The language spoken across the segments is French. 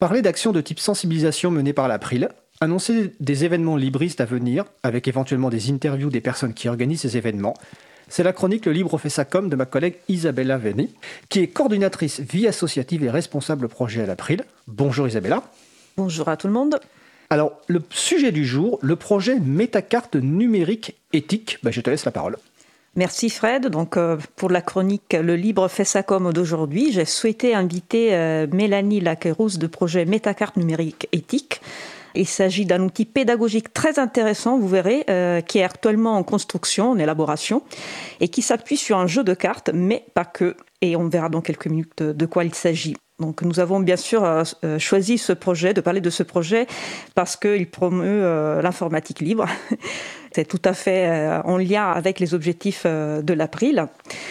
Parler d'actions de type sensibilisation menées par l'April, annoncer des événements libristes à venir, avec éventuellement des interviews des personnes qui organisent ces événements, c'est la chronique Le Libre fait sa com de ma collègue Isabella Veni, qui est coordinatrice vie associative et responsable projet à l'April. Bonjour Isabella. Bonjour à tout le monde. Alors, le sujet du jour, le projet Métacarte numérique éthique. Je te laisse la parole. Merci Fred. Donc, pour la chronique Le Libre fait sa com d'aujourd'hui, j'ai souhaité inviter Mélanie Laquerouse de projet Métacarte numérique éthique. Il s'agit d'un outil pédagogique très intéressant, vous verrez, qui est actuellement en construction, en élaboration, et qui s'appuie sur un jeu de cartes, mais pas que. Et on verra dans quelques minutes de quoi il s'agit. Donc nous avons bien sûr choisi ce projet, de parler de ce projet, parce qu'il promeut l'informatique libre. C'est tout à fait en lien avec les objectifs de l'April.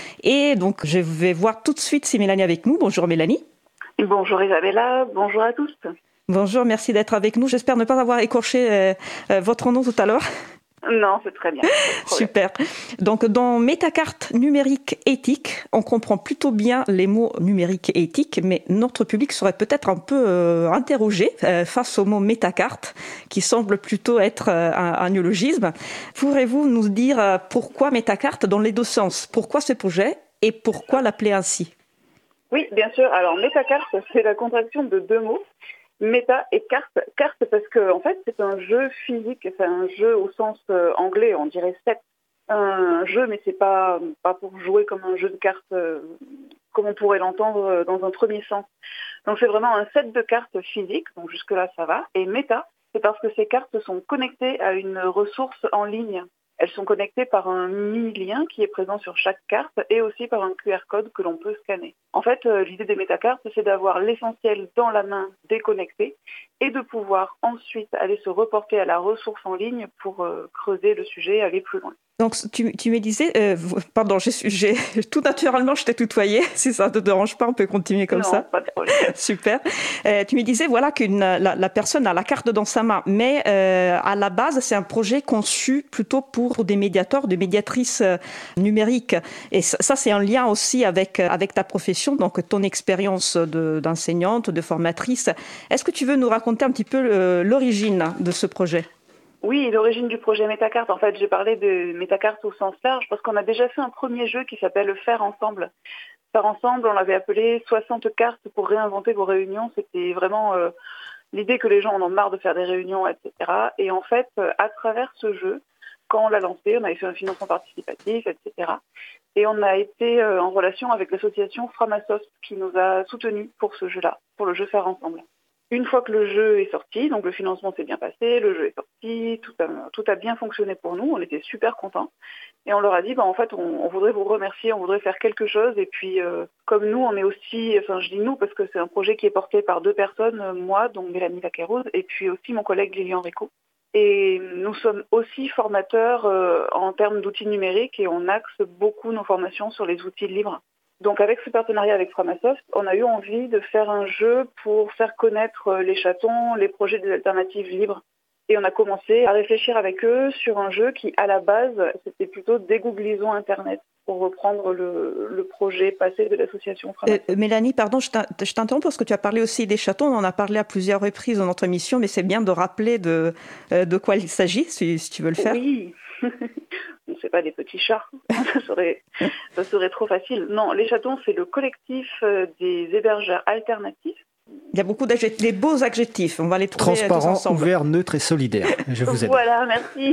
Et donc je vais voir tout de suite si Mélanie est avec nous. Bonjour Mélanie. Bonjour Isabella, bonjour à tous. Bonjour, merci d'être avec nous. J'espère ne pas avoir écorché votre nom tout à l'heure. Non, c'est très bien. Super. Donc, dans Métacarte numérique éthique, on comprend plutôt bien les mots numérique et éthique, mais notre public serait peut-être un peu interrogé face au mot métacarte, qui semble plutôt être un néologisme. Pourrez-vous nous dire pourquoi métacarte dans les deux sens? Pourquoi ce projet et pourquoi l'appeler ainsi? Oui, bien sûr. Alors, métacarte, c'est la contraction de deux mots. Méta et carte. Carte parce que en fait c'est un jeu physique, c'est un jeu au sens anglais, on dirait set. Un jeu, mais c'est pas pour jouer comme un jeu de cartes comme on pourrait l'entendre dans un premier sens. Donc c'est vraiment un set de cartes physiques, donc jusque là ça va. Et méta, c'est parce que ces cartes sont connectées à une ressource en ligne. Elles sont connectées par un mini-lien qui est présent sur chaque carte et aussi par un QR code que l'on peut scanner. En fait, l'idée des métacartes, c'est d'avoir l'essentiel dans la main déconnecté et de pouvoir ensuite aller se reporter à la ressource en ligne pour creuser le sujet et aller plus loin. Donc, tu me disais, pardon, tout naturellement, je t'ai tutoyé. Si ça ne te dérange pas, on peut continuer comme ça. Non, pas de problème. Super. Tu me disais, voilà, la personne a la carte dans sa main, mais à la base, c'est un projet conçu plutôt pour des médiateurs, des médiatrices numériques. Et ça, c'est un lien aussi avec ta profession, donc ton expérience d'enseignante, de formatrice. Est-ce que tu veux nous raconter un petit peu l'origine de ce projet ? Oui, l'origine du projet Métacarte, en fait, j'ai parlé de Métacarte au sens large parce qu'on a déjà fait un premier jeu qui s'appelle Faire Ensemble. Faire Ensemble, on l'avait appelé 60 cartes pour réinventer vos réunions. C'était vraiment l'idée que les gens en ont marre de faire des réunions, etc. Et en fait, à travers ce jeu, quand on l'a lancé, on avait fait un financement participatif, etc. Et on a été en relation avec l'association Framasoft qui nous a soutenus pour ce jeu-là, pour le jeu Faire Ensemble. Une fois que le jeu est sorti, donc le financement s'est bien passé, le jeu est sorti, tout a bien fonctionné pour nous, on était super contents. Et on leur a dit, en fait, on voudrait vous remercier, on voudrait faire quelque chose. Et puis, comme nous, on est aussi, enfin je dis nous parce que c'est un projet qui est porté par deux personnes, moi, donc Mélanie Laquerouse, et puis aussi mon collègue Lilian Rico. Et nous sommes aussi formateurs en termes d'outils numériques et on axe beaucoup nos formations sur les outils libres. Donc avec ce partenariat avec Framasoft, on a eu envie de faire un jeu pour faire connaître les chatons, les projets des alternatives libres. Et on a commencé à réfléchir avec eux sur un jeu qui, à la base, c'était plutôt dégooglisons Internet, pour reprendre le projet passé de l'association Framasoft. Mélanie, pardon, je t'interromps parce que tu as parlé aussi des chatons. On en a parlé à plusieurs reprises dans notre émission, mais c'est bien de rappeler de quoi il s'agit, si tu veux le faire. Oui. C'est pas des petits chats, ça serait trop facile. Non, les chatons, c'est le collectif des hébergeurs alternatifs. Il y a beaucoup d'adjectifs, des beaux adjectifs, on va les trouver Transparent, tous ensemble. ouvert, neutre et solidaire. Je vous aide. Voilà, merci.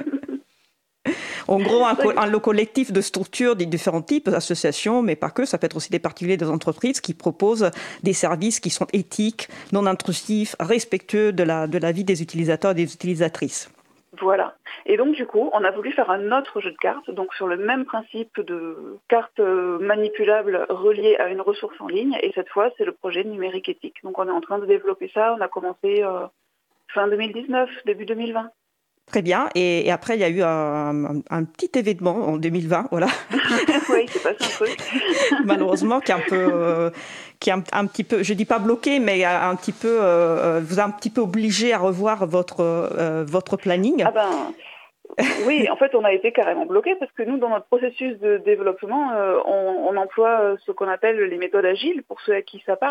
En gros, le collectif de structures des différents types, associations, mais pas que, ça peut être aussi des particuliers, des entreprises qui proposent des services qui sont éthiques, non intrusifs, respectueux de la vie des utilisateurs et des utilisatrices. Voilà. Et donc, du coup, on a voulu faire un autre jeu de cartes, donc sur le même principe de cartes manipulables reliées à une ressource en ligne. Et cette fois, c'est le projet numérique éthique. Donc, on est en train de développer ça. On a commencé fin 2019, début 2020. Très bien. Et après, il y a eu un petit événement en 2020, voilà. Oui, c'est passé un truc. Malheureusement, qui est un petit peu, je dis pas bloqué, mais un petit peu, vous a un petit peu obligé à revoir votre planning. Ah oui, en fait, on a été carrément bloqué parce que nous, dans notre processus de développement, on emploie ce qu'on appelle les méthodes agiles, pour ceux à qui ça parle.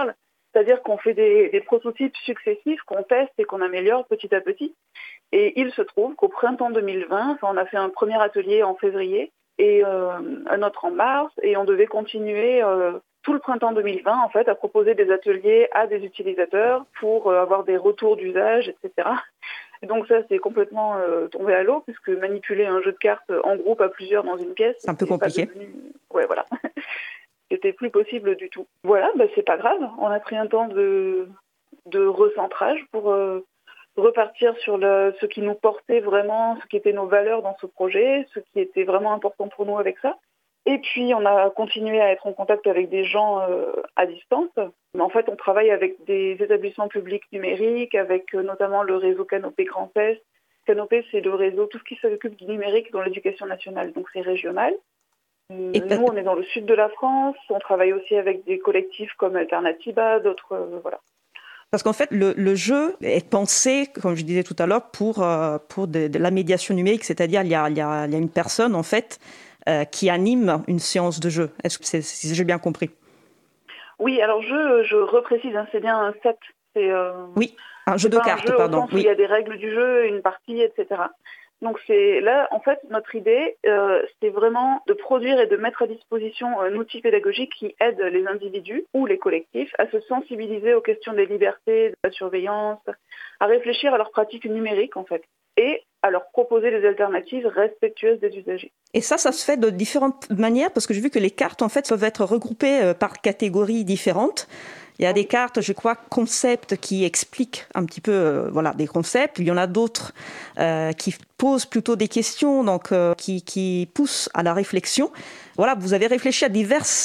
C'est-à-dire qu'on fait des prototypes successifs qu'on teste et qu'on améliore petit à petit. Et il se trouve qu'au printemps 2020, on a fait un premier atelier en février et un autre en mars, et on devait continuer tout le printemps 2020 en fait à proposer des ateliers à des utilisateurs pour avoir des retours d'usage, etc. Et donc ça c'est complètement tombé à l'eau, puisque manipuler un jeu de cartes en groupe à plusieurs dans une pièce, c'est un peu compliqué. Ouais, voilà. C'était plus possible du tout. Voilà, c'est pas grave. On a pris un temps de recentrage pour repartir sur ce qui nous portait vraiment, ce qui étaient nos valeurs dans ce projet, ce qui était vraiment important pour nous avec ça. Et puis, on a continué à être en contact avec des gens à distance. Mais en fait, on travaille avec des établissements publics numériques, avec notamment le réseau Canopé Grand Est. Canopé, c'est le réseau, tout ce qui s'occupe du numérique dans l'éducation nationale, donc c'est régional. Nous, on est dans le sud de la France. On travaille aussi avec des collectifs comme Alternativa, d'autres, voilà. Parce qu'en fait, le jeu est pensé, comme je disais tout à l'heure, pour de la médiation numérique, c'est-à-dire il y a une personne en fait qui anime une séance de jeu. Est-ce que si j'ai bien compris? Oui, alors je reprécise, hein, c'est bien un set. Oui, un jeu de cartes, pardon. Au sens où il y a des règles du jeu, une partie, etc. Donc c'est là, en fait, notre idée, c'est vraiment de produire et de mettre à disposition un outil pédagogique qui aide les individus ou les collectifs à se sensibiliser aux questions des libertés, de la surveillance, à réfléchir à leurs pratiques numériques, en fait, et à leur proposer des alternatives respectueuses des usagers. Et ça se fait de différentes manières, parce que j'ai vu que les cartes, en fait, peuvent être regroupées par catégories différentes. Il y a des cartes, je crois, concepts qui expliquent un petit peu des concepts. Il y en a d'autres qui posent plutôt des questions, donc qui poussent à la réflexion. Voilà, vous avez réfléchi à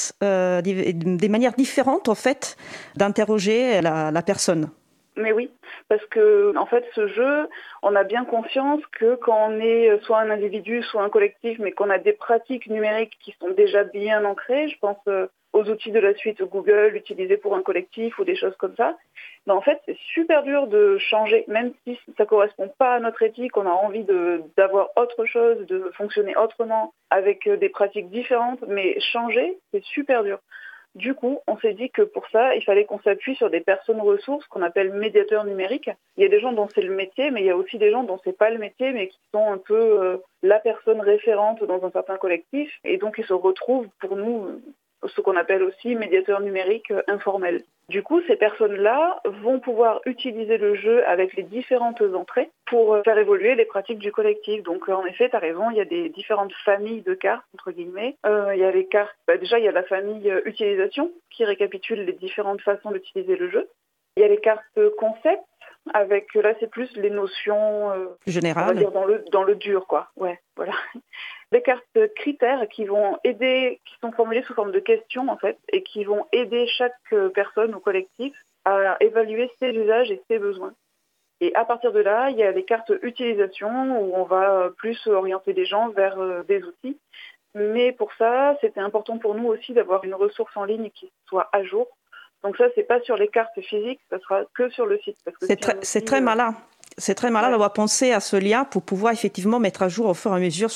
des manières différentes, en fait, d'interroger la personne. Mais oui, parce que en fait, ce jeu, on a bien conscience que quand on est soit un individu, soit un collectif, mais qu'on a des pratiques numériques qui sont déjà bien ancrées, je pense aux outils de la suite Google utilisés pour un collectif ou des choses comme ça, en fait, c'est super dur de changer, même si ça correspond pas à notre éthique, on a envie d'avoir autre chose, de fonctionner autrement, avec des pratiques différentes, mais changer, c'est super dur. Du coup, on s'est dit que pour ça, il fallait qu'on s'appuie sur des personnes ressources qu'on appelle médiateurs numériques. Il y a des gens dont c'est le métier, mais il y a aussi des gens dont c'est pas le métier, mais qui sont un peu la personne référente dans un certain collectif. Et donc, ils se retrouvent pour nous ce qu'on appelle aussi médiateurs numériques informels. Du coup, ces personnes-là vont pouvoir utiliser le jeu avec les différentes entrées pour faire évoluer les pratiques du collectif. Donc, en effet, tu as raison, il y a des différentes familles de cartes, entre guillemets. Il y a les cartes, déjà, il y a la famille utilisation qui récapitule les différentes façons d'utiliser le jeu. Il y a les cartes concept, avec, là, c'est plus les notions générales, on va dire dans le dur, quoi. Ouais, voilà. Des cartes critères qui vont aider, qui sont formulées sous forme de questions, en fait, et qui vont aider chaque personne ou collectif à évaluer ses usages et ses besoins. Et à partir de là, il y a les cartes utilisation où on va plus orienter les gens vers des outils. Mais pour ça, c'était important pour nous aussi d'avoir une ressource en ligne qui soit à jour. Donc ça, c'est pas sur les cartes physiques, ça sera que sur le site. Parce que c'est très malin. C'est très malin d'avoir pensé à ce lien pour pouvoir effectivement mettre à jour au fur et à mesure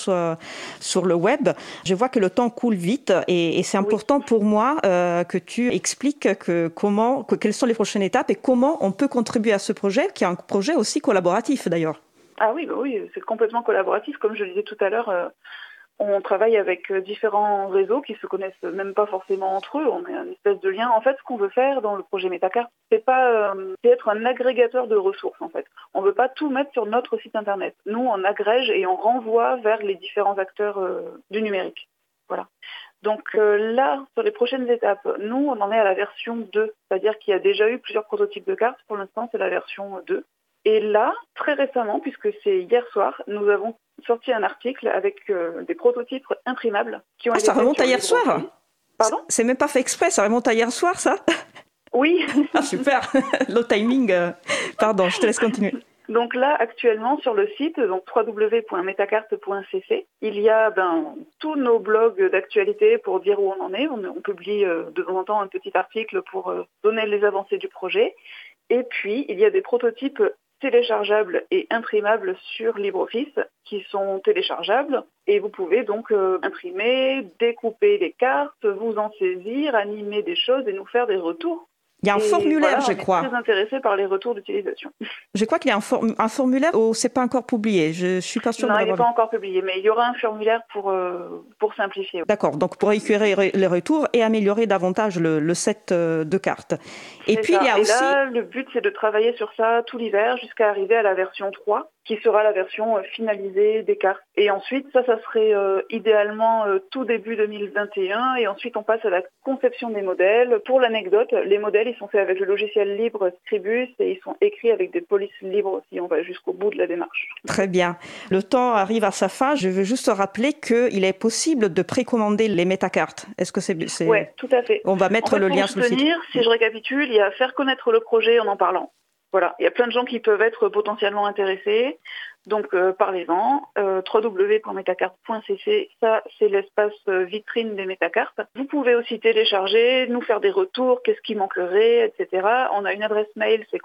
sur le web. Je vois que le temps coule vite et c'est important pour moi que tu expliques quelles sont les prochaines étapes et comment on peut contribuer à ce projet, qui est un projet aussi collaboratif d'ailleurs. Ah oui, c'est complètement collaboratif. Comme je le disais tout à l'heure, on travaille avec différents réseaux qui se connaissent même pas forcément entre eux. On est une espèce de lien. En fait, ce qu'on veut faire dans le projet Metacart, c'est être un agrégateur de ressources. En fait, on veut pas tout mettre sur notre site internet. Nous, on agrège et on renvoie vers les différents acteurs du numérique. Voilà. Donc là, sur les prochaines étapes, nous, on en est à la version 2, c'est-à-dire qu'il y a déjà eu plusieurs prototypes de cartes. Pour l'instant, c'est la version 2. Et là, très récemment, puisque c'est hier soir, nous avons sorti un article avec des prototypes imprimables qui ont été ça remonte à hier soir. Pardon ? C'est même pas fait exprès, ça remonte à hier soir, ça ? Oui. Ah, super. Le timing. Pardon, je te laisse continuer. Donc là, actuellement, sur le site, donc www.metacarte.cc, il y a tous nos blogs d'actualité pour dire où on en est. On publie de temps en temps un petit article pour donner les avancées du projet. Et puis, il y a des prototypes téléchargeables et imprimables sur LibreOffice qui sont téléchargeables et vous pouvez donc imprimer, découper les cartes, vous en saisir, animer des choses et nous faire des retours. Il y a un formulaire, je crois. On est très intéressé par les retours d'utilisation. Je crois qu'il y a un formulaire où c'est pas encore publié. Je suis pas sûre. Non, il n'est pas encore publié, mais il y aura un formulaire pour simplifier. D'accord, donc pour éclairer les retours et améliorer davantage le set de cartes. Et puis il y a aussi... là, le but, c'est de travailler sur ça tout l'hiver jusqu'à arriver à la version 3, qui sera la version finalisée des cartes. Et ensuite, ça serait idéalement tout début 2021. Et ensuite, on passe à la conception des modèles. Pour l'anecdote, les modèles, ils sont faits avec le logiciel libre Scribus et ils sont écrits avec des polices libres aussi. On va jusqu'au bout de la démarche. Très bien. Le temps arrive à sa fin. Je veux juste rappeler qu'il est possible de précommander les métacartes. Est-ce que c'est... Oui, tout à fait. On va mettre le lien sur le site. Si je récapitule, il y a faire connaître le projet en parlant. Voilà, il y a plein de gens qui peuvent être potentiellement intéressés, donc parlez-en. www.metacarte.cc, ça c'est l'espace vitrine des métacartes. Vous pouvez aussi télécharger, nous faire des retours, qu'est-ce qui manquerait, etc. On a une adresse mail, c'est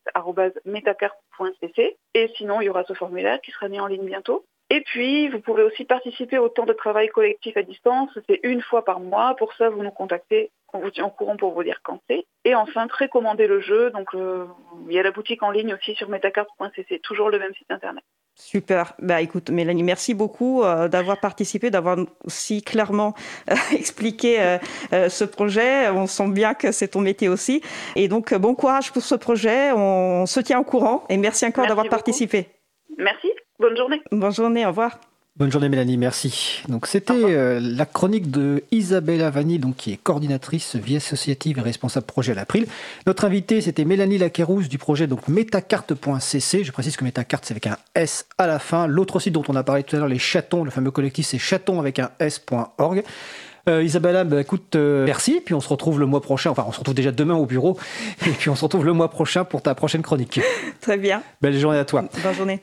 contact@metacarte.cc, et sinon il y aura ce formulaire qui sera mis en ligne bientôt. Et puis, vous pouvez aussi participer au temps de travail collectif à distance. C'est 1 fois par mois. Pour ça, vous nous contactez. On vous tient au courant pour vous dire quand c'est. Et enfin, précommander le jeu. Donc, il y a la boutique en ligne aussi sur metacarte.cc. Toujours le même site internet. Super. Écoute, Mélanie, merci beaucoup d'avoir participé, d'avoir aussi clairement expliqué ce projet. On sent bien que c'est ton métier aussi. Et donc, bon courage pour ce projet. On se tient au courant. Et merci encore d'avoir participé. Merci. Bonne journée. Bonne journée, au revoir. Bonne journée Mélanie, merci. Donc c'était la chronique de Isabella Vanni, donc qui est coordinatrice vie associative et responsable projet à l'April. Notre invitée c'était Mélanie Laquerousse du projet donc metacarte.cc. Je précise que Metacarte c'est avec un S à la fin. L'autre site dont on a parlé tout à l'heure, les chatons, le fameux collectif, c'est chaton avec un S.org. Isabella, écoute, merci. Puis on se retrouve le mois prochain. Enfin, on se retrouve déjà demain au bureau. Et puis on se retrouve le mois prochain pour ta prochaine chronique. Très bien. Belle journée à toi. Bonne journée.